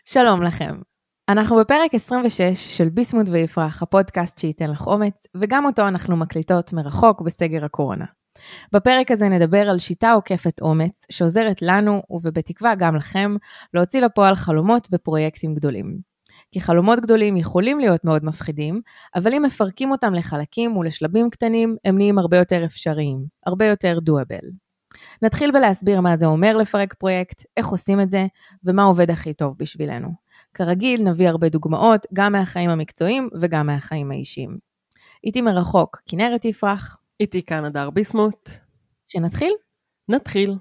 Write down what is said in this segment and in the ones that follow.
שלום לכם. אנחנו בפרק 26 של ביסמוט ויפרח, הפודקאסט שייתן לך אומץ, וגם אותו אנחנו מקליטות מרחוק בסגר הקורונה. בפרק הזה נדבר על שיטה עוקפת אומץ, שעוזרת לנו, ובתקווה גם לכם, להוציא לפועל חלומות ופרויקטים גדולים. כי חלומות גדולים יכולים להיות מאוד מפחידים, אבל אם מפרקים אותם לחלקים ולשלבים קטנים, הם נהיים הרבה יותר אפשריים, הרבה יותר doable. נתחיל בלהסביר מה זה אומר לפרק פרויקט, איך עושים את זה, ומה עובד הכי טוב בשבילנו. כרגיל נביא הרבה דוגמאות, גם מהחיים המקצועיים וגם מהחיים האישיים. איתי מרחוק, כנרת יפרח. איתי כאן הדר ביסמוט. שנתחיל? נתחיל.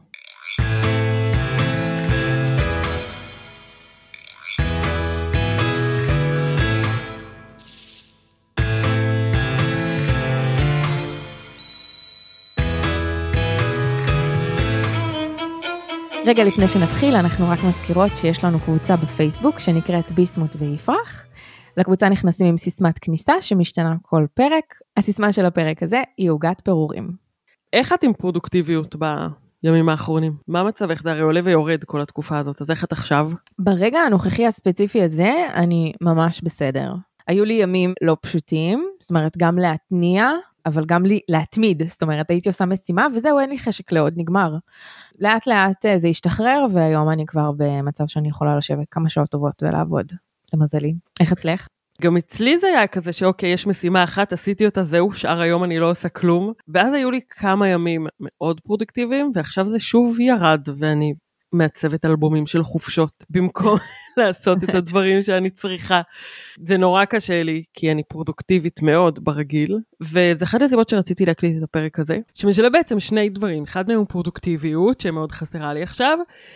רגע לפני שנתחיל, אנחנו רק מזכירות שיש לנו קבוצה בפייסבוק שנקראת ביסמוט ויפרח. לקבוצה נכנסים עם סיסמת כניסה שמשתנה כל פרק. הסיסמה של הפרק הזה היא עוגת פירורים. איך את עם פרודוקטיביות בימים האחרונים? מה מצבך? זה הרי עולה ויורד כל התקופה הזאת, אז איך את עכשיו? ברגע הנוכחי הספציפי הזה, אני ממש בסדר. היו לי ימים לא פשוטים, זאת אומרת גם להתניע, אבל גם להתמיד, זאת אומרת, הייתי עושה משימה, וזהו, אין לי חשק לעוד, נגמר. לאט לאט זה ישתחרר, והיום אני כבר במצב שאני יכולה לשבת כמה שעות טובות ולעבוד, למזלי. איך אצלך? גם אצלי זה היה כזה שאוקיי, יש משימה אחת, עשיתי אותה, זהו, שאר היום אני לא עושה כלום, ואז היו לי כמה ימים מאוד פרודוקטיביים, ועכשיו זה שוב ירד, ואני מעצבת אלבומים של חופשות, במקום לעשות את הדברים שאני צריכה. זה נורא קשה לי, כי אני פרודוקטיבית מאוד ברגיל, וזה אחת הסיבות שרציתי להקליט את הפרק הזה, שמשלב בעצם שני דברים, אחד מהם הוא פרודוקטיביות, שמאוד חסרה לי עכשיו,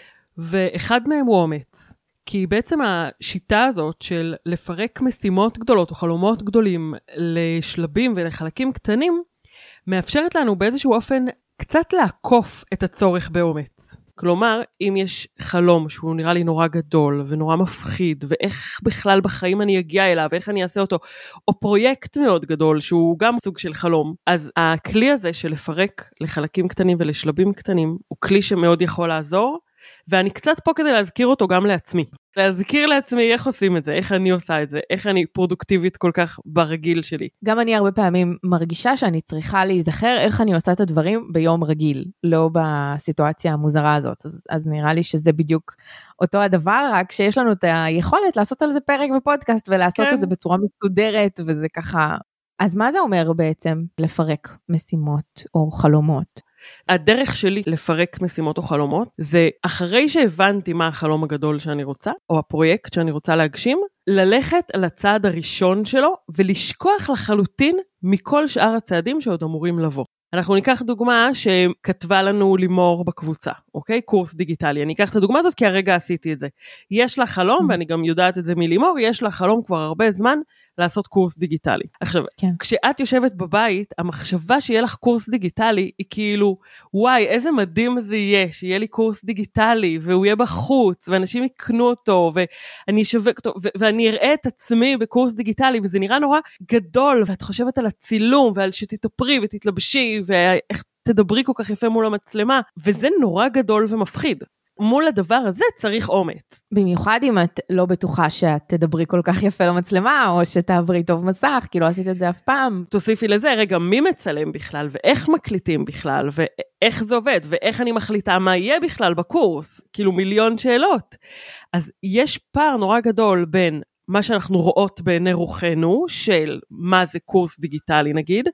ואחד מהם הוא אומץ. כי בעצם השיטה הזאת של לפרק משימות גדולות או חלומות גדולים לשלבים ולחלקים קטנים, מאפשרת לנו באיזשהו אופן קצת לעקוף את הצורך באומץ. כלומר, אם יש חלום שהוא נראה לי נורא גדול ונורא מפחיד, ואיך בכלל בחיים אני אגיע אליו, ואיך אני אעשה אותו, או פרויקט מאוד גדול שהוא גם סוג של חלום, אז הכלי הזה של לפרק לחלקים קטנים ולשלבים קטנים, הוא כלי שמאוד יכול לעזור, ואני קצת פה כדי להזכיר אותו גם לעצמי. להזכיר לעצמי איך עושים את זה, איך אני עושה את זה, איך אני פרודוקטיבית כל כך ברגיל שלי. גם אני הרבה פעמים מרגישה שאני צריכה להיזכר איך אני עושה את הדברים ביום רגיל, לא בסיטואציה המוזרה הזאת. אז נראה לי שזה בדיוק אותו הדבר, רק שיש לנו את היכולת לעשות על זה פרק בפודקאסט, ולעשות את זה בצורה מסודרת, וזה ככה. אז מה זה אומר בעצם לפרק משימות או חלומות? הדרך שלי לפרק משימות או חלומות, זה אחרי שהבנתי מה החלום הגדול שאני רוצה, או הפרויקט שאני רוצה להגשים, ללכת על הצעד הראשון שלו, ולשכוח לחלוטין מכל שאר הצעדים שעוד אמורים לבוא. אנחנו ניקח דוגמה שכתבה לנו לימור בקבוצה, אוקיי? קורס דיגיטלי. אני אקח את הדוגמה הזאת כי הרגע עשיתי את זה. יש לה חלום, ואני גם יודעת את זה מלימור, יש לה חלום כבר הרבה זמן לעשות קורס דיגיטלי. עכשיו, כשאת יושבת בבית, המחשבה שיהיה לך קורס דיגיטלי, היא כאילו, וואי, איזה מדהים זה יהיה, שיהיה לי קורס דיגיטלי, והוא יהיה בחוץ, ואנשים יקנו אותו, ואני אשווק אותו, ואני אראה את עצמי בקורס דיגיטלי, וזה נראה נורא גדול, ואת חושבת על הצילום, ועל שתתאפרי ותתלבשי, ואיך תדברי כל כך יפה מול המצלמה, וזה נורא גדול ומפחיד. מול הדבר הזה צריך אומץ. במיוחד אם את לא בטוחה שאת תדברי כל כך יפה למצלמה, או שתעברי טוב מסך, כי לא עשית את זה אף פעם. תוסיפי לזה, רגע, מי מצלם בכלל, ואיך מקליטים בכלל, ואיך זה עובד, ואיך אני מחליטה מה יהיה בכלל בקורס, כאילו מיליון שאלות. אז יש פער נורא גדול בין מה שאנחנו רואות בעיני רוחנו, של מה זה קורס דיגיטלי נגיד,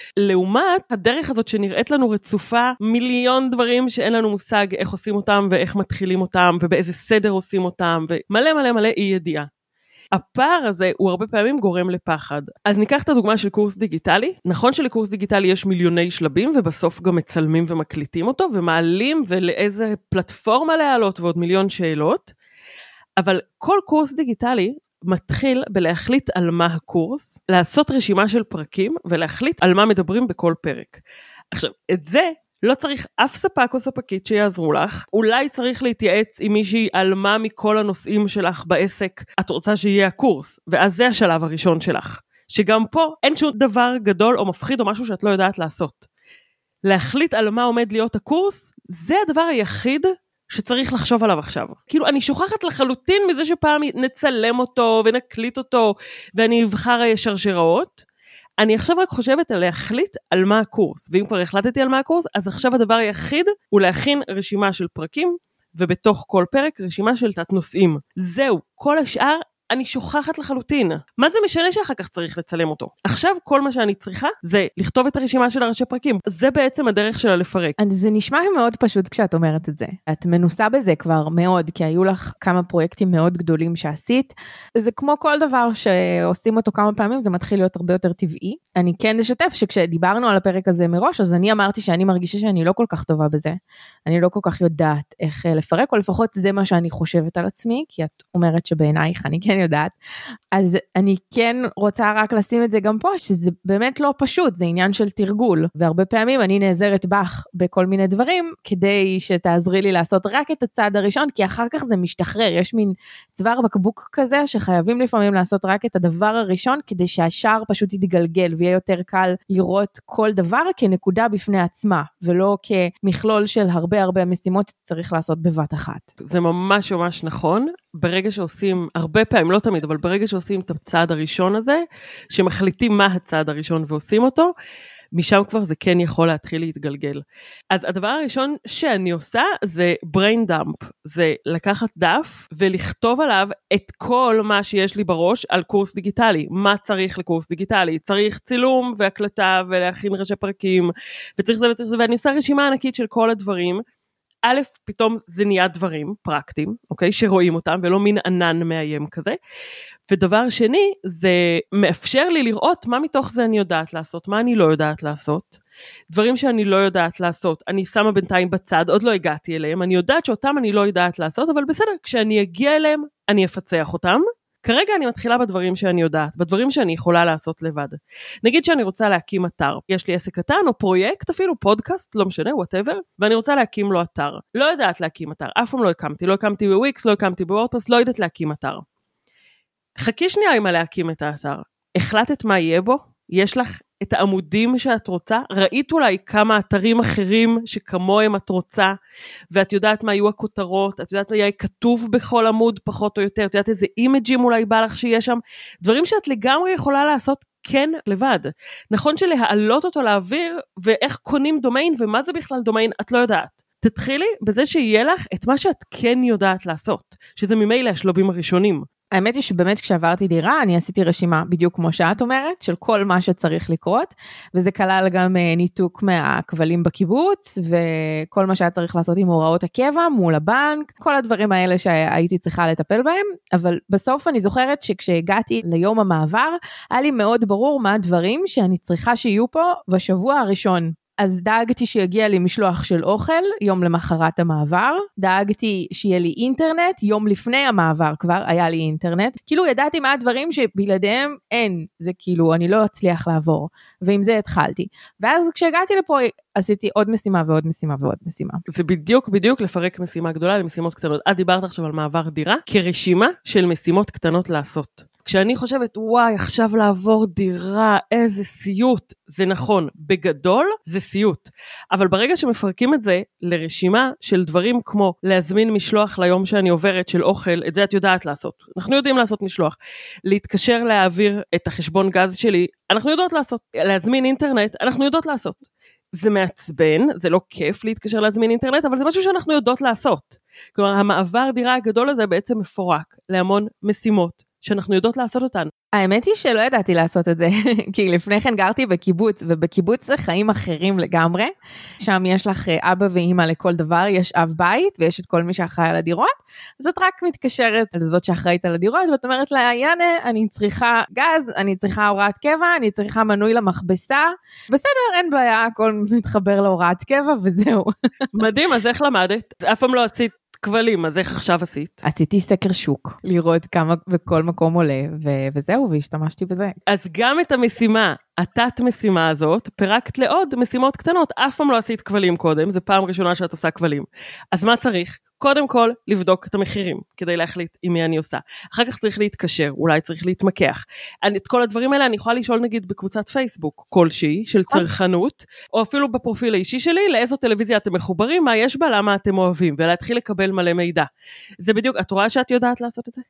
לעומת הדרך הזאת שנראית לנו רצופה מיליון דברים שאין לנו מושג איך עושים אותם, ואיך מתחילים אותם, ובאיזה סדר עושים אותם, ומלא מלא מלא אי ידיעה. הפער הזה הוא הרבה פעמים גורם לפחד. אז ניקח את הדוגמה של קורס דיגיטלי. נכון שלקורס דיגיטלי יש מיליוני שלבים, ובסוף גם מצלמים ומקליטים אותו, ומעלים ולאיזה פלטפורמה להעלות, ועוד מיליון שאלות. אבל כל קורס דיגיטלי מתחיל בלהחליט על מה הקורס, לעשות רשימה של פרקים, ולהחליט על מה מדברים בכל פרק. עכשיו, את זה לא צריך אף ספק או ספקית שיעזרו לך, אולי צריך להתייעץ עם מישהי על מה מכל הנושאים שלך בעסק את רוצה שיהיה הקורס, ואז זה השלב הראשון שלך, שגם פה אין שום דבר גדול או מפחיד או משהו שאת לא יודעת לעשות. להחליט על מה עומד להיות הקורס, זה הדבר היחיד שצריך לחשוב עליו עכשיו. כאילו, אני שוכחת לחלוטין מזה שפעם נצלם אותו ונקליט אותו, ואני אבחר שרשראות. אני עכשיו רק חושבת על להחליט על מה הקורס, ואם כבר החלטתי על מה הקורס, אז עכשיו הדבר היחיד הוא להכין רשימה של פרקים, ובתוך כל פרק רשימה של תת נושאים. זהו, כל השאר אני שוכחת לחלוטין. מה זה משנה שאחר כך צריך לצלם אותו? עכשיו כל מה שאני צריכה זה לכתוב את הרשימה של הראשי פרקים. זה בעצם הדרך שלה לפרק. זה נשמע מאוד פשוט כשאת אומרת את זה. את מנוסה בזה כבר מאוד, כי היו לך כמה פרויקטים מאוד גדולים שעשית. זה כמו כל דבר שעושים אותו כמה פעמים, זה מתחיל להיות הרבה יותר טבעי. אני כן אשתף שכשדיברנו על הפרק הזה מראש, אז אני אמרתי שאני מרגישה שאני לא כל כך טובה בזה. אני לא כל כך יודעת איך לפרק, או לפחות זה מה שאני חושבת על עצמי, כי את אומרת שבעינייך אני כן יודעת. אז אני כן רוצה רק לשים את זה גם פה, שזה באמת לא פשוט, זה עניין של תרגול, והרבה פעמים אני נעזרת בך בכל מיני דברים, כדי שתעזרי לי לעשות רק את הצעד הראשון, כי אחר כך זה משתחרר, יש מין צוואר בקבוק כזה, שחייבים לפעמים לעשות רק את הדבר הראשון, כדי שהשאר פשוט יתגלגל, ויהיה יותר קל לראות כל דבר כנקודה בפני עצמה, ולא כמכלול של הרבה משימות שצריך לעשות בבת אחת. זה ממש ממש נכון, ברגע שעושים, הרבה פעמים, לא תמיד, אבל ברגע שעושים את הצעד הראשון הזה, שמחליטים מה הצעד הראשון ועושים אותו, משם כבר זה כן יכול להתחיל להתגלגל. אז הדבר הראשון שאני עושה זה brain dump, זה לקחת דף ולכתוב עליו את כל מה שיש לי בראש על קורס דיגיטלי. מה צריך לקורס דיגיטלי? צריך צילום והקלטה ולהכין ראשי פרקים, וצריך זה וצריך זה, ואני עושה רשימה ענקית של כל הדברים. א', פתאום זה נהיה דברים פרקטיים, אוקיי, שרואים אותם, ולא מין ענן מאיים כזה. ודבר שני, זה מאפשר לי לראות מה מתוך זה אני יודעת לעשות, מה אני לא יודעת לעשות. דברים שאני לא יודעת לעשות, אני שמה בינתיים בצד, עוד לא הגעתי אליהם, אני יודעת שאותם אני לא יודעת לעשות, אבל בסדר, כשאני אגיע אליהם, אני אפצח אותם. כרגע אני מתחילה בדברים שאני יודעת, בדברים שאני יכולה לעשות לבד. נגיד שאני רוצה להקים אתר, יש לי עסק קטן או פרויקט, אפילו פודקאסט, לא משנה, whatever, ואני רוצה להקים לו אתר. לא יודעת להקים אתר, אף פעם לא הקמתי בוויקס, לא הקמתי בוורדפרס, לא יודעת להקים אתר. חכי שנייה עם להקים את האתר. החלטת מה יהיה בו? יש לך את העמודים שאת רוצה? ראית אולי כמה אתרים אחרים שכמוהם את רוצה, ואת יודעת מה יהיו הכותרות, את יודעת מה יהיה כתוב בכל עמוד פחות או יותר, את יודעת איזה אימג'ים אולי בא לך שיהיה שם, דברים שאת לגמרי יכולה לעשות כן לבד. נכון שלהעלות אותו לאוויר, ואיך קונים דומיין, ומה זה בכלל דומיין, את לא יודעת. תתחילי בזה שיהיה לך את מה שאת כן יודעת לעשות, שזה ממילא השלבים הראשונים. האמת היא שבאמת כשעברתי דירה, אני עשיתי רשימה בדיוק כמו שאת אומרת, של כל מה שצריך לקרות, וזה כלל גם ניתוק מהכבלים בקיבוץ, וכל מה שהיה צריך לעשות עם הוראות הקבע, מול הבנק, כל הדברים האלה שהייתי צריכה לטפל בהם, אבל בסוף אני זוכרת שכשהגעתי ליום המעבר, היה לי מאוד ברור מה הדברים שאני צריכה שיהיו פה בשבוע הראשון. אז דאגתי שיגיע לי משלוח של אוכל, יום למחרת המעבר, דאגתי שיהיה לי אינטרנט, יום לפני המעבר כבר היה לי אינטרנט, כאילו ידעתי מה הדברים שבלעדיהם אין, זה כאילו אני לא אצליח לעבור, ועם זה התחלתי. ואז כשהגעתי לפה עשיתי עוד משימה ועוד משימה ועוד משימה. זה בדיוק לפרק משימה גדולה למשימות קטנות. את דיברת עכשיו על מעבר דירה, כרשימה של משימות קטנות לעשות. כשאני חושבת, וואי, עכשיו לעבור דירה, איזה סיוט, זה נכון, בגדול זה סיוט. אבל ברגע שמפרקים את זה לרשימה של דברים כמו להזמין משלוח ליום שאני עוברת של אוכל, את זה את יודעת לעשות. אנחנו יודעים לעשות משלוח. להתקשר להעביר את החשבון גז שלי, אנחנו יודעות לעשות. להזמין אינטרנט, אנחנו יודעות לעשות. זה מעצבן, זה לא כיף להתקשר להזמין אינטרנט, אבל זה משהו שאנחנו יודעות לעשות. כלומר, המעבר דירה הגדול הזה בעצם מפורק להמון משימות. שאנחנו יודעות לעשות אותן. האמת היא שלא ידעתי לעשות את זה, כי לפני כן גרתי בקיבוץ, ובקיבוץ זה חיים אחרים לגמרי, שם יש לך אבא ואמא לכל דבר, יש אב בית, ויש את כל מי שאחראי על הדירות, אז את רק מתקשרת על זאת שאחראית על הדירות, ואת אומרת לה, יאנה, אני צריכה גז, אני צריכה הוראת קבע, אני צריכה מנוי למכבסה, בסדר, אין בעיה, הכל מתחבר להוראת קבע, וזהו. מדהים, אז איך למדת? אף פעם לא עשית כבלים, אז איך עכשיו עשית? עשיתי סקר שוק, לראות כמה בכל מקום עולה, וזהו, והשתמשתי בזה. אז גם את המשימה, התת משימה הזאת, פרקת לעוד משימות קטנות, אף פעם לא עשית כבלים קודם, זה פעם ראשונה שאת עושה כבלים. אז מה צריך? קודם כל, לבדוק את המחירים, כדי להחליט עם מי אני עושה. אחר כך צריך להתקשר, אולי צריך להתמקח. את כל הדברים האלה אני יכולה לשאול נגיד בקבוצת פייסבוק כלשהי של צרכנות, או אפילו בפרופיל האישי שלי, לאיזו טלוויזיה אתם מחוברים, מה יש בה, למה אתם אוהבים, ולהתחיל לקבל מלא מידע. זה בדיוק, את רואה שאת יודעת לעשות את זה?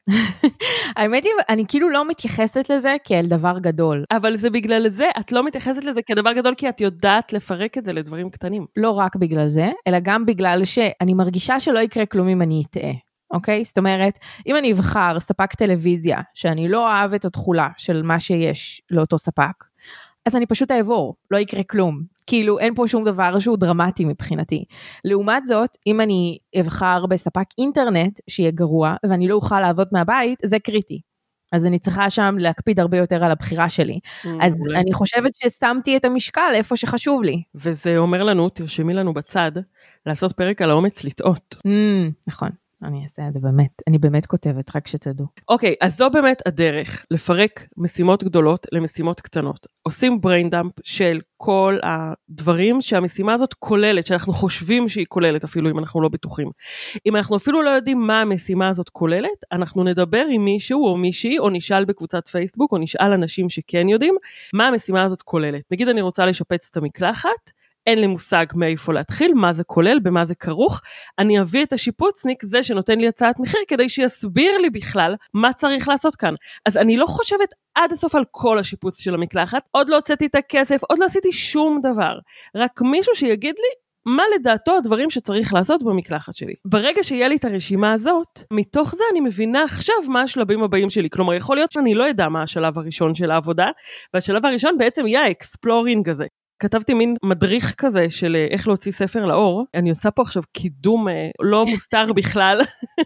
האמת היא, אני כאילו לא מתייחסת לזה כאל דבר גדול. אבל זה בגלל זה, את לא מתייחסת לזה כדבר גדול, כי את יודעת לפרק את זה לדברים קטנים. לא רק בגלל זה, אלא גם בגלל שאני מרגישה שלא יקרה כלום אם אני אטעה. אוקיי? זאת אומרת, אם אני אבחר ספק טלוויזיה, שאני לא אוהב את התחולה של מה שיש לאותו ספק, אז אני פשוט אעבור, לא יקרה כלום. כאילו, אין פה שום דבר שהוא דרמטי מבחינתי. לעומת זאת, אם אני אבחר בספק אינטרנט שיהיה גרוע, ואני לא אוכל לעבוד מהבית, זה קריטי. אז אני צריכה שם להקפיד הרבה יותר על הבחירה שלי. אז אני חושבת ששמתי את המשקל איפה שחשוב לי. וזה אומר לנו, תרשמי לנו בצד, לעשות פרק על האומץ לטעות. נכון. אני אעשה את זה באמת, אני באמת כותבת, רק שתדעו. אוקיי, אז זו באמת הדרך, לפרק משימות גדולות למשימות קטנות. עושים brain dump של כל הדברים שהמשימה הזאת כוללת, שאנחנו חושבים שהיא כוללת, אפילו אם אנחנו לא בטוחים. אם אנחנו אפילו לא יודעים מה המשימה הזאת כוללת, אנחנו נדבר עם מישהו או מישהי, או נשאל בקבוצת פייסבוק, או נשאל אנשים שכן יודעים, מה המשימה הזאת כוללת. נגיד אני רוצה לשפץ את המקלחת, אין לי מושג מאיפה להתחיל, מה זה כולל, במה זה כרוך, אני אביא את השיפוצניק, זה שנותן לי הצעת מחיר, כדי שיסביר לי בכלל מה צריך לעשות כאן. אז אני לא חושבת עד הסוף על כל השיפוץ של המקלחת, עוד לא הוצאתי את הכסף, עוד לא עשיתי שום דבר, רק מישהו שיגיד לי, מה לדעתו הדברים שצריך לעשות במקלחת שלי. ברגע שיהיה לי את הרשימה הזאת, מתוך זה אני מבינה עכשיו מה השלבים הבאים שלי, כלומר יכול להיות שאני לא יודע מה השלב הראשון של העבודה, והשלב הראשון בעצם יהיה האקספלורינג הזה. כתבתי מין מדריך כזה של איך להוציא ספר לאור, אני עושה פה עכשיו קידום לא מוסתר בכלל,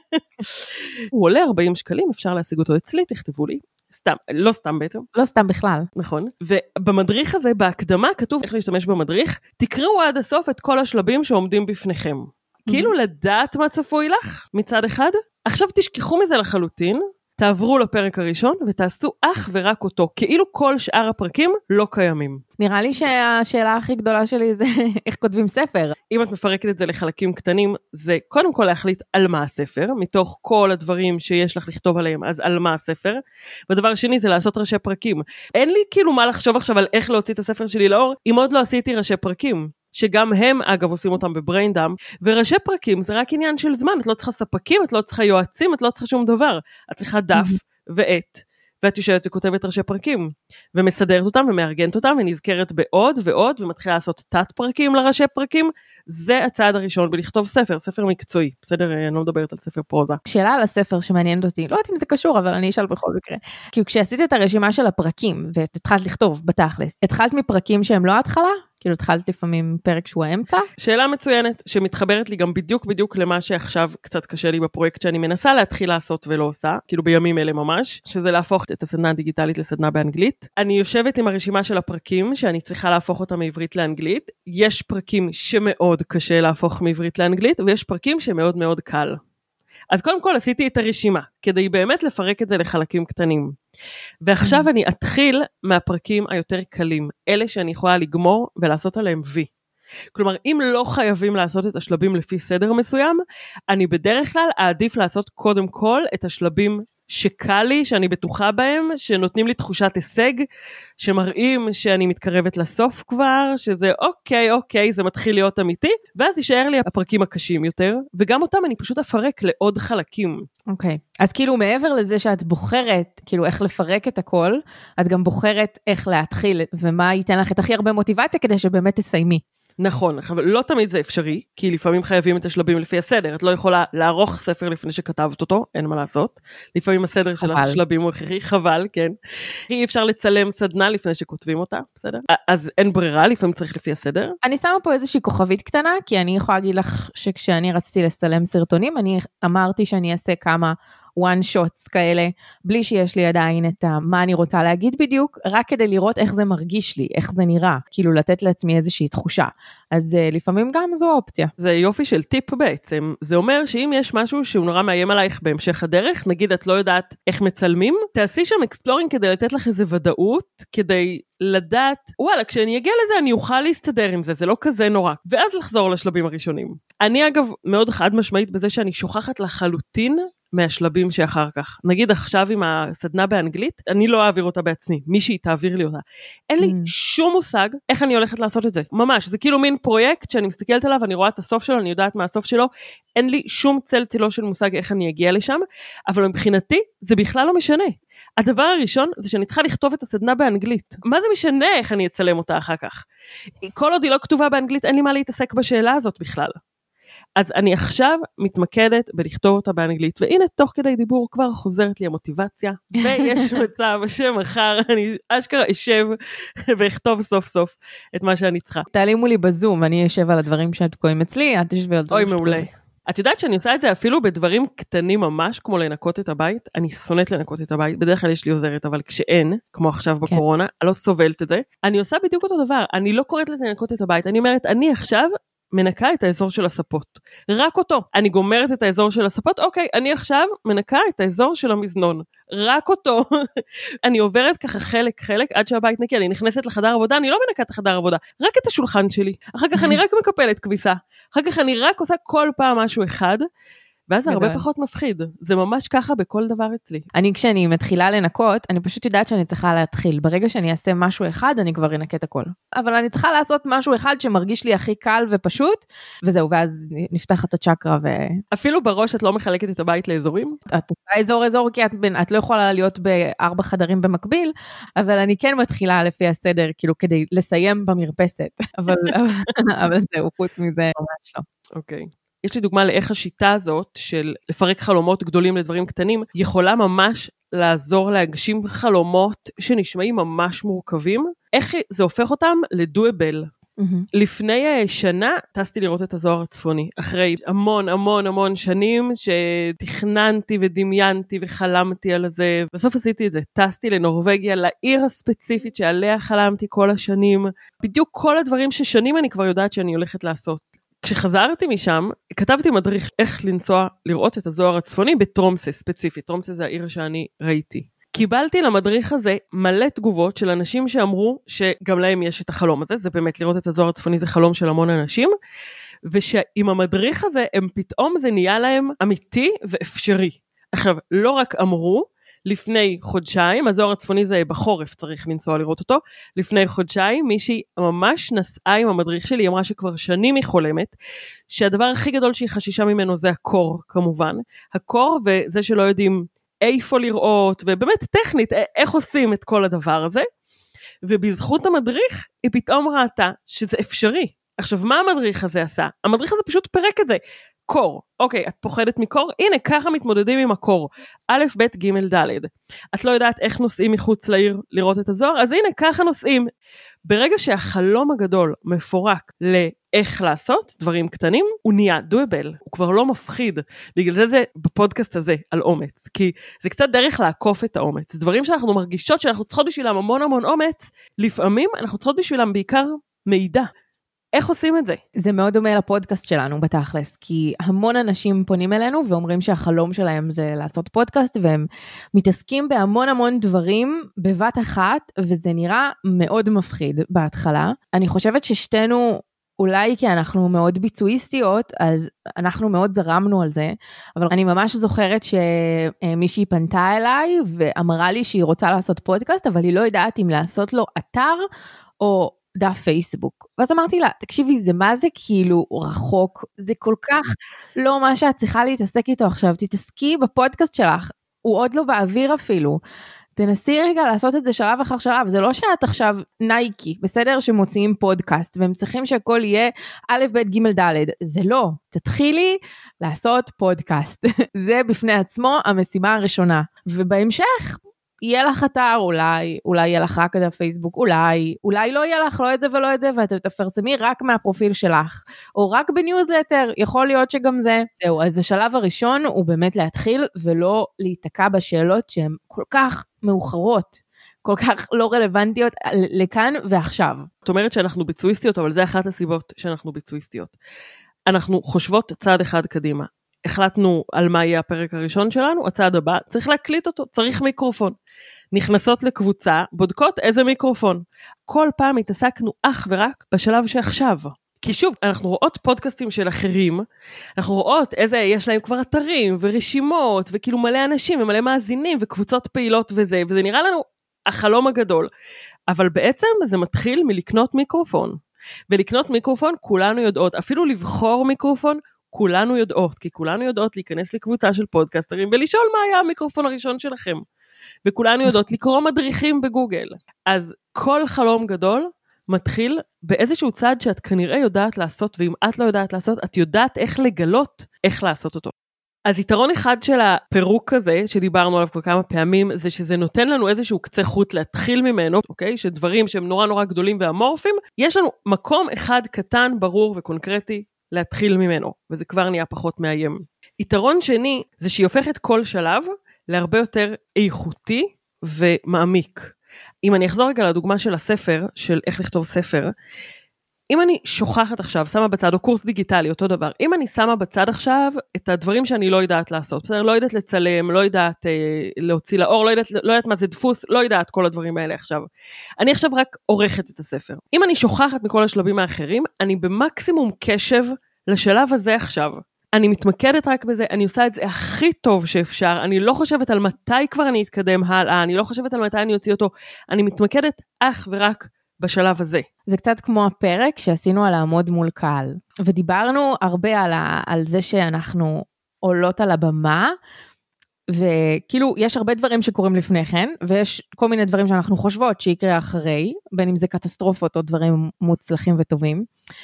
הוא עולה 40 שקלים, אפשר להשיג אותו אצלי, תכתבו לי, סתם, לא סתם בעצם. לא סתם בכלל. נכון, ובמדריך הזה, בהקדמה, כתוב איך להשתמש במדריך, תקראו עד הסוף את כל השלבים שעומדים בפניכם. כאילו לדעת מה צפוי לך, מצד אחד, עכשיו תשכחו מזה לחלוטין, תעברו לפרק הראשון ותעשו אך ורק אותו, כאילו כל שאר הפרקים לא קיימים. נראה לי שהשאלה הכי גדולה שלי זה איך כותבים ספר. אם את מפרקת את זה לחלקים קטנים, זה קודם כל להחליט על מה הספר, מתוך כל הדברים שיש לך לכתוב עליהם, אז על מה הספר. ודבר שני זה לעשות ראשי פרקים. אין לי כאילו מה לחשוב עכשיו על איך להוציא את הספר שלי לאור, אם עוד לא עשיתי ראשי פרקים. שגם הם אגב עושים אותם בבריין דאמפ, וראשי פרקים זה רק עניין של זמן, את לא צריכה ספקים, את לא צריכה יועצים, את לא צריכה שום דבר, את צריכה דף ועט, ואת יושבת וכותבת ראשי פרקים, ומסדרת אותם ומארגנת אותם, ונזכרת בעוד ועוד, ומתחילה לעשות תת פרקים לראשי פרקים, זה הצעד הראשון בלכתוב ספר, ספר מקצועי, בסדר, אני לא מדברת על ספר פרוזה. שאלה על הספר שמעניינת אותי, לא יודעת אם זה קשור, אבל אני אשאל בכל מקרה, כי כשעשית את הרשימה של הפרקים, והתחלת לכתוב בתכלס, התחלת מפרקים שהם לא התחלה? כאילו התחלת לפעמים פרק שהוא האמצע? שאלה מצוינת, שמתחברת לי גם בדיוק למה שעכשיו קצת קשה לי בפרויקט שאני מנסה להתחיל לעשות ולא עושה, כאילו בימים אלה ממש, שזה להפוך את הסדנה הדיגיטלית לסדנה באנגלית. אני יושבת עם הרשימה של הפרקים, שאני צריכה להפוך אותה מעברית לאנגלית. יש פרקים שמאוד קשה להפוך מעברית לאנגלית, ויש פרקים שמאוד מאוד קל. אז קודם כל עשיתי את הרשימה, כדי באמת לפרק את זה לחלקים קטנים. ועכשיו אני אתחיל מהפרקים היותר קלים, אלה שאני יכולה לגמור ולעשות עליהם וי. כלומר, אם לא חייבים לעשות את השלבים לפי סדר מסוים, אני בדרך כלל אעדיף לעשות קודם כל את השלבים שקל לי, שאני בטוחה בהם, שנותנים לי תחושת הישג, שמראים שאני מתקרבת לסוף כבר, שזה אוקיי, זה מתחיל להיות אמיתי, ואז יישאר לי הפרקים הקשים יותר, וגם אותם אני פשוט אפרק לעוד חלקים. אוקיי, אז כאילו מעבר לזה שאת בוחרת, כאילו איך לפרק את הכל, את גם בוחרת איך להתחיל, ומה ייתן לך את הכי הרבה מוטיבציה, כדי שבאמת תסיימי. נכון, אבל לא תמיד זה אפשרי, כי לפעמים חייבים את השלבים לפי הסדר, את לא יכולה לערוך ספר לפני שכתבת אותו, אין מה לעשות, לפעמים הסדר של השלבים הוא הכרחי, חבל, כן, אי אפשר לצלם סדנה לפני שכותבים אותה, בסדר? אז אין ברירה, לפעמים צריך לפי הסדר. אני שמה פה איזושהי כוכבית קטנה, כי אני יכולה להגיד לך שכשאני רציתי לצלם סרטונים, אני אמרתי שאני אעשה כמה one shots כאלה, בלי שיש לי עדיין את מה אני רוצה להגיד בדיוק, רק כדי לראות איך זה מרגיש לי, איך זה נראה, כאילו לתת לעצמי איזושהי תחושה. אז לפעמים גם זו אופציה. זה יופי של טיפ בעצם. זה אומר שאם יש משהו שהוא נורא מאיים עלייך בהמשך הדרך, נגיד את לא יודעת איך מצלמים, תעשי שם אקספלורינג כדי לתת לך איזה ודאות, כדי לדעת, וואלה, כשאני אגיע לזה אני אוכל להסתדר עם זה, זה לא כזה נורא. ואז לחזור לשלבים הראשונים. אני אגב מאוד חד משמעית בזה שאני שוכחת לחלוטין מהשלבים שאחר כך. נגיד עכשיו עם הסדנה באנגלית, אני לא אעביר אותה בעצמי, מישהי תעביר לי אותה. אין לי שום מושג איך אני הולכת לעשות את זה. ממש, זה כאילו מין פרויקט שאני מסתכלת עליו, אני רואה את הסוף שלו, אני יודעת מה הסוף שלו, אין לי שום צל צילו של מושג איך אני אגיע לשם, אבל מבחינתי זה בכלל לא משנה. הדבר הראשון זה שאני צריכה לכתוב את הסדנה באנגלית. מה זה משנה איך אני אצלם אותה אחר כך? כל עוד היא לא כתובה באנגלית, אין לי מה להתעסק בשאלה הזאת בכלל. אז אני עכשיו מתמקדת בלכתוב אותה באנגלית, והנה תוך כדי דיבור כבר חוזרת לי המוטיבציה, ויש מצב שמחר אני אשכרה אשב ואכתוב סוף סוף את מה שאני צריכה. תעלימו לי בזום, אני אשב על הדברים שאת תקועים אצלי, את תשבי על דברים אוי, מעולה. את יודעת שאני עושה את זה אפילו בדברים קטנים ממש, כמו לנקות את הבית, אני שונאת לנקות את הבית, בדרך כלל יש לי עוזרת, אבל כשאין, כמו עכשיו בקורונה, אני לא סובלת את זה, אני עושה בדיוק אותו דבר, אני לא קוראת לזה לנקות את הבית, אני אומרת, אני עכשיו מנקה את האזור של הספות, רק אותו, אני גומרת את האזור של הספות, אוקיי, אני עכשיו מנקה את האזור של המזנון, רק אותו, אני עוברת ככה חלק, עד שהבית נקי, אני נכנסת לחדר עבודה, אני לא מנקה את החדר עבודה, רק את השולחן שלי, אחר כך אני רק מקפלת כביסה, אחר כך אני רק עושה כל פעם משהו אחד, ואז זה הרבה פחות מפחיד, זה ממש ככה בכל דבר אצלי. כשאני מתחילה לנקות, אני פשוט יודעת שאני צריכה להתחיל, ברגע שאני אעשה משהו אחד, אני כבר אנקה את הכל. אבל אני צריכה לעשות משהו אחד שמרגיש לי הכי קל ופשוט, וזהו, ואז נפתח את הצ'קרה אפילו בראש את לא מחלקת את הבית לאזורים? את עושה אזור, כי את לא יכולה להיות ב4 חדרים במקביל, אבל אני כן מתחילה לפי הסדר, כאילו כדי לסיים במרפסת, אבל זהו, חוץ מזה ממש לא. אוקיי. יש לי דוגמה לאיך השיטה הזאת של לפרק חלומות גדולים לדברים קטנים, יכולה ממש לעזור להגשים חלומות שנשמעים ממש מורכבים. איך זה הופך אותם לדואבל? לפני שנה טסתי לראות את הזוהר הצפוני, אחרי המון שנים שתכננתי ודמיינתי וחלמתי על זה, בסוף עשיתי את זה, טסתי לנורווגיה, לעיר הספציפית שעליה חלמתי כל השנים, בדיוק כל הדברים ששנים אני כבר יודעת שאני הולכת לעשות. כשחזרתי משם, כתבתי מדריך איך לנסוע לראות את הזוהר הצפוני בטרומסה ספציפית, טרומסה זה העיר שאני ראיתי. קיבלתי למדריך הזה מלא תגובות של אנשים שאמרו שגם להם יש את החלום הזה, זה באמת לראות את הזוהר הצפוני זה חלום של המון אנשים, ושעם המדריך הזה הם פתאום זה נהיה להם אמיתי ואפשרי. עכשיו, לא רק אמרו, לפני חודשיים, הזוהר הצפוני זה בחורף, צריך לנסוע לראות אותו, לפני חודשיים, מישהי ממש נסעה עם המדריך שלי, היא אמרה שכבר שנים היא חולמת, שהדבר הכי גדול שהיא חשישה ממנו זה הקור, כמובן, הקור וזה שלא יודעים איפה לראות, ובאמת טכנית, איך עושים את כל הדבר הזה, ובזכות המדריך, היא פתאום ראתה שזה אפשרי. עכשיו, מה המדריך הזה עשה? המדריך הזה פשוט פרק את זה, קור, אוקיי, את פוחדת מקור? הנה, ככה מתמודדים עם הקור. א', ב', ג', ד'. את לא יודעת איך נוסעים מחוץ לעיר לראות את הזוהר? אז הנה, ככה נוסעים. ברגע שהחלום הגדול מפורק לאיך לעשות דברים קטנים, הוא נהיה דואבל, הוא כבר לא מפחיד. בגלל זה בפודקאסט הזה על אומץ, כי זה קצת דרך לעקוף את האומץ. זה דברים שאנחנו מרגישות שאנחנו צריכות בשבילם המון אומץ, לפעמים אנחנו צריכות בשבילם בעיקר מידע. איך עושים את זה? זה מאוד דומה לפודקאסט שלנו בתכלס, כי המון אנשים פונים אלינו ואומרים שהחלום שלהם זה לעשות פודקאסט, והם מתעסקים בהמון דברים בבת אחת, וזה נראה מאוד מפחיד בהתחלה. אני חושבת ששתינו, אולי כי אנחנו מאוד ביצועיסטיות, אז אנחנו מאוד זרמנו על זה, אבל אני ממש זוכרת שמישהי פנתה אליי, ואמרה לי שהיא רוצה לעשות פודקאסט, אבל היא לא יודעת אם לעשות לו אתר, או דף פייסבוק. ואז אמרתי לה, תקשיבי, זה מה זה כאילו רחוק, זה כל כך לא מה שאת צריכה להתעסק איתו עכשיו, תתעסקי בפודקאסט שלך, הוא עוד לא באוויר אפילו, תנסי רגע לעשות את זה שלב אחר שלב, זה לא שאת עכשיו נייקי, בסדר שמוציאים פודקאסט, והם צריכים שהכל יהיה א', ב', ג', ד', זה לא, תתחילי לעשות פודקאסט, זה בפני עצמו המשימה הראשונה, ובהמשך, יהיה לך אתר, אולי יהיה לך רק את הפייסבוק, אולי לא יהיה לך לא את זה ולא את זה, ואתה תפרסמי רק מהפרופיל שלך, או רק בניוזלטר, יכול להיות שגם זה. זהו, אז השלב הראשון הוא באמת להתחיל, ולא להיתקע בשאלות שהן כל כך מאוחרות, כל כך לא רלוונטיות לכאן ועכשיו. זאת אומרת שאנחנו ביצועיסטיות, אבל זה אחת הסיבות שאנחנו ביצועיסטיות. אנחנו חושבות צעד אחד קדימה. החלטנו על מה יהיה הפרק הראשון שלנו, הצעד הבא, צריך להקליט אותו, צריך מיקרופון. נכנסות לקבוצה, בודקות איזה מיקרופון. כל פעם התעסקנו אך ורק בשלב שעכשיו. כי שוב, אנחנו רואות פודקאסטים של אחרים, אנחנו רואות איזה, יש להם כבר אתרים ורשימות, וכאילו מלא אנשים ומלא מאזינים וקבוצות פעילות וזה נראה לנו החלום הגדול. אבל בעצם זה מתחיל מלקנות מיקרופון. ולקנות מיקרופון כולנו יודעות, אפילו לבחור מיקרופון, כולנו יודעות, כי כולנו יודעות להיכנס לקבוצה של פודקאסטרים, ולשאול מה היה המיקרופון הראשון שלכם. וכולנו יודעות לקרוא מדריכים בגוגל. אז כל חלום גדול מתחיל באיזשהו צעד שאת כנראה יודעת לעשות, ואם את לא יודעת לעשות, את יודעת איך לגלות איך לעשות אותו. אז יתרון אחד של הפירוק הזה, שדיברנו עליו כבר כמה פעמים, זה שזה נותן לנו איזשהו קצה חוט להתחיל ממנו, אוקיי? שדברים שהם נורא נורא גדולים ואמורפיים, יש לנו מקום אחד קטן, ברור וקונקרטי, להתחיל ממנו, וזה כבר נהיה פחות מאיים. יתרון שני, זה שהיא הופכת כל שלב להרבה יותר איכותי ומעמיק. אם אני אחזור רגע לדוגמה של הספר, של איך לכתוב ספר, אם אני שוכחת עכשיו, שמה בצד, או קורס דיגיטלי, אותו דבר, אם אני שמה בצד עכשיו את הדברים שאני לא יודעת לעשות, בסדר? לא יודעת לצלם, לא יודעת להוציא לאור, לא יודעת מה זה דפוס, לא יודעת כל הדברים האלה עכשיו. אני עכשיו רק עורכת את הספר. אם אני שוכחת מכל השלבים האחרים, אני במקסימום קשב לשלב הזה עכשיו. אני מתמקדת רק בזה, אני עושה את זה הכי טוב שאפשר, אני לא חושבת על מתי כבר אני אתקדם הלאה, אני לא חושבת על מתי אני אוציא אותו, אני מתמקדת אך ורק בשלב הזה. זה קצת כמו הפרק שעשינו על לעמוד מול קהל, ודיברנו הרבה על זה שאנחנו עולות על הבמה, וכאילו יש הרבה דברים שקורים לפני כן, ויש כל מיני דברים שאנחנו חושבות שיקרה אחרי, בין אם זה קטסטרופות או דברים מוצלחים וטובים,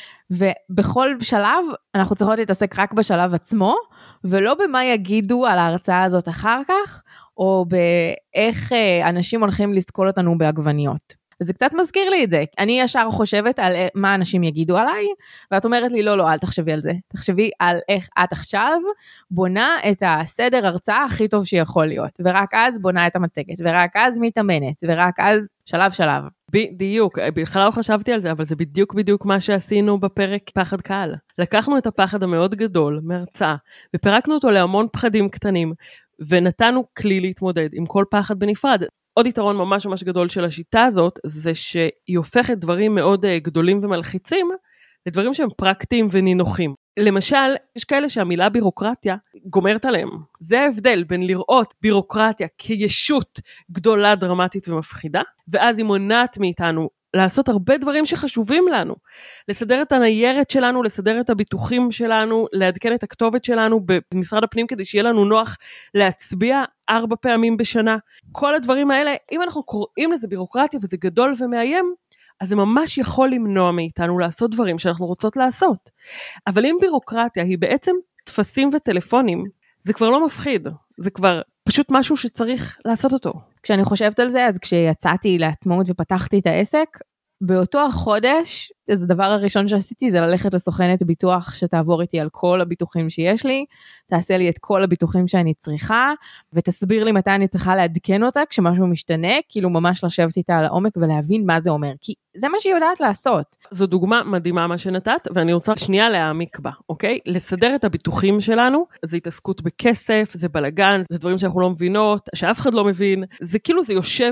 ובכל שלב אנחנו צריכות להתעסק רק בשלב עצמו, ולא במה יגידו על ההרצאה הזאת אחר כך, או באיך אנשים הולכים לסקול אותנו בעגבניות. וזה קצת מזכיר לי את זה. אני ישר חושבת על מה אנשים יגידו עליי, ואת אומרת לי, לא, אל תחשבי על זה. תחשבי על איך את עכשיו בונה את הסדר הרצאה הכי טוב שיכול להיות. ורק אז בונה את המצגת, ורק אז מתאמנת, ורק אז שלב. בדיוק, בכלל לא חשבתי על זה, אבל זה בדיוק מה שעשינו בפרק פחד קהל. לקחנו את הפחד המאוד גדול מהרצאה, ופרקנו אותו להמון פחדים קטנים, ונתנו כלי להתמודד עם כל פחד בנפרד. עוד יתרון ממש גדול של השיטה הזאת, זה שהיא הופכת דברים מאוד גדולים ומלחיצים, לדברים שהם פרקטיים ונינוחים. למשל, יש כאלה שהמילה בירוקרטיה גומרת עליהם. זה ההבדל בין לראות בירוקרטיה כישות גדולה, דרמטית ומפחידה, ואז היא מונעת מאיתנו לעשות הרבה דברים שחשובים לנו. לסדר את הניירת שלנו, לסדר את הביטוחים שלנו, לעדכן את הכתובת שלנו במשרד הפנים, כדי שיהיה לנו נוח להצביע 4 פעמים בשנה. כל הדברים האלה, אם אנחנו קוראים לזה בירוקרטיה וזה גדול ומאיים, אז זה ממש יכול למנוע מאיתנו לעשות דברים שאנחנו רוצות לעשות. אבל אם בירוקרטיה היא בעצם תפסים וטלפונים, זה כבר לא מפחיד. זה כבר פשוט משהו שצריך לעשות אותו. כשאני חושבת על זה, אז כשיצאתי לעצמאות ופתחתי את העסק, באותו החודש, אז הדבר הראשון שעשיתי זה ללכת לסוכנת ביטוח שתעבור איתי על כל הביטוחים שיש לי, תעשה לי את כל הביטוחים שאני צריכה, ותסביר לי מתי אני צריכה לעדכן אותה כשמשהו משתנה, כאילו ממש לשבת איתה על העומק ולהבין מה זה אומר, כי זה מה שהיא יודעת לעשות. זו דוגמה מדהימה מה שנתת, ואני רוצה שנייה להעמיק בה, אוקיי? לסדר את הביטוחים שלנו, זה התעסקות בכסף, זה בלגן, זה דברים שאנחנו לא מבינות, שאף אחד לא מבין, זה כאילו זה יושב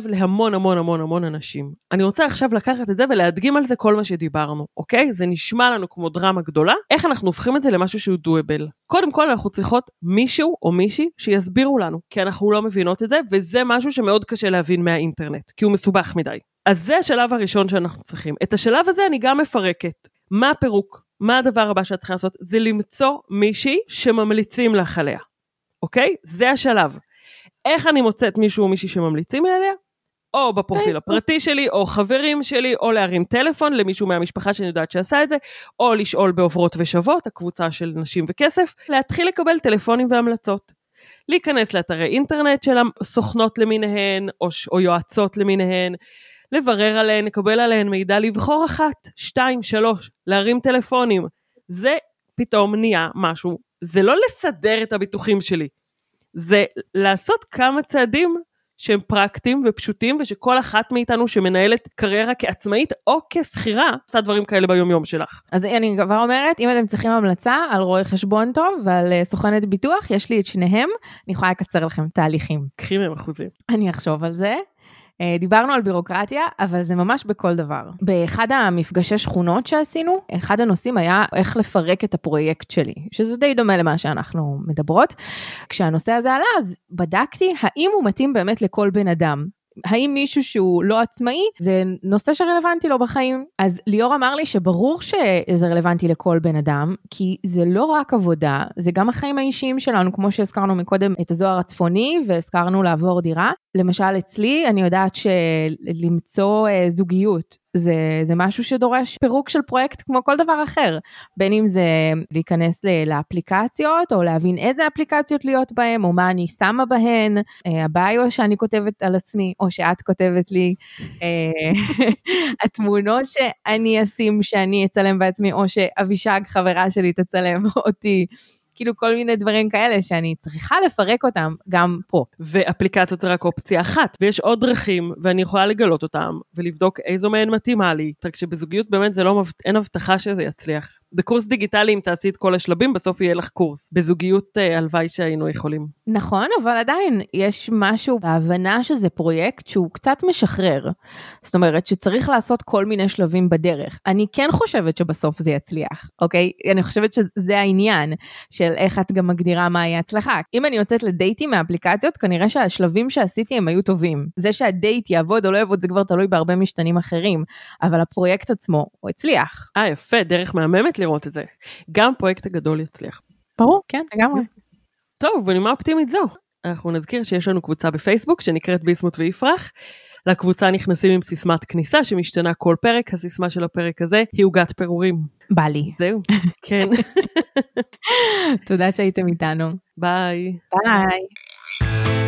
להמון אנשים. אני רוצה עכשיו לקחת את זה ולהדגים על זה כל מה שדיברנו, אוקיי? זה נשמע לנו כמו דרמה גדולה, איך אנחנו הופכים את זה למשהו שהוא doable? קודם כל אנחנו צריכות מישהו או מישהי שיסבירו לנו, כי אנחנו לא מבינות את זה, וזה משהו שמאוד קשה להבין מהאינטרנט, כי הוא מסובך מדי. אז זה השלב הראשון שאנחנו צריכים. את השלב הזה אני גם מפרקת. מה הפירוק? מה הדבר הבא שאת צריכה לעשות? זה למצוא מישהי שממליצים לך עליה. אוקיי? זה השלב. איך אני מוצאת מישהו או מישהי שממליצים עליה? או בפרופיל הפרטי שלי, או חברים שלי, או להרים טלפון למישהו מהמשפחה שאני יודעת שעשה את זה, או לשאול בעוברות ושוות, הקבוצה של נשים וכסף, להתחיל לקבל טלפונים והמלצות. להיכנס לאתרי אינטרנט של הסוכנות למיניהן, או יועצות למיניהן, לברר עליהן, לקבל עליהן מידע, לבחור 1, 2, 3, להרים טלפונים. זה פתאום נהיה משהו. זה לא לסדר את הביטוחים שלי. זה לעשות כמה צעדים שהם פרקטיים ופשוטים, ושכל אחת מאיתנו שמנהלת קריירה כעצמאית או כשכירה, עושה דברים כאלה ביום יום שלך. אז אני כבר אומרת, אם אתם צריכים המלצה על רואה חשבון טוב ועל סוכנת ביטוח, יש לי את שניהם, אני יכולה לקצר לכם תהליכים. קחי מהם אחוזים. אני אחשוב על זה. דיברנו על בירוקרטיה, אבל זה ממש בכל דבר. באחד המפגשי שכונות שעשינו, אחד הנושאים היה איך לפרק את הפרויקט שלי, שזה די דומה למה שאנחנו מדברות. כשהנושא הזה עלה, אז בדקתי האם הוא מתאים באמת לכל בן אדם. האם מישהו שהוא לא עצמאי, זה נושא שרלוונטי לו בחיים. אז ליאור אמר לי שברור שזה רלוונטי לכל בן אדם, כי זה לא רק עבודה, זה גם החיים האישיים שלנו, כמו שהזכרנו מקודם את הזוהר הצפוני, והזכרנו לעבור דירה. למשל אצלי, אני יודעת שלמצוא זוגיות, זה משהו שדורש פירוק של פרויקט כמו כל דבר אחר, בין אם זה להיכנס לאפליקציות, או להבין איזה אפליקציות להיות בהן, או מה אני שמה בהן, הביו שאני כותבת על עצמי, או שאת כותבת לי, התמונות שאני אשים, שאני אצלם בעצמי, או שאבישג חברה שלי תצלם אותי, כאילו כל מיני דברים כאלה שאני צריכה לפרק אותם גם פה. ואפליקציות זה רק אופציה אחת, ויש עוד דרכים, ואני יכולה לגלות אותם, ולבדוק איזו מהן מתאימה לי, רק שבזוגיות באמת זה לא, אין הבטחה שזה יצליח. בקורס דיגיטלי, אם תעשי את כל השלבים, בסוף יהיה לך קורס. בזוגיות הלוואי שהיינו יכולים. נכון, אבל עדיין יש משהו בהבנה שזה פרויקט שהוא קצת משחרר. זאת אומרת שצריך לעשות כל מיני שלבים בדרך. אני כן חושבת שבסוף זה יצליח, אוקיי? אני חושבת שזה העניין של איך את גם מגדירה מה יהיה הצלחה. אם אני יוצאת לדייטים מהאפליקציות, כנראה שהשלבים שעשיתי הם היו טובים. זה שהדייט יעבוד או לא יעבוד, זה כבר תלוי בהרבה משתנים אחרים. אבל הפרויקט עצמו, הוא הצליח. יפה, דרך מהממת לראות את זה. גם פרויקט הגדול יצליח. ברור, כן, לגמרי. טוב, בנימה אופטימית זו. אנחנו נזכיר שיש לנו קבוצה בפייסבוק שנקראת ביסמוט ויפרח. לקבוצה נכנסים עם סיסמת כניסה שמשתנה כל פרק. הסיסמה של הפרק הזה היא עוגת פירורים. בא לי. זהו, כן. תודה שהייתם איתנו. ביי. ביי.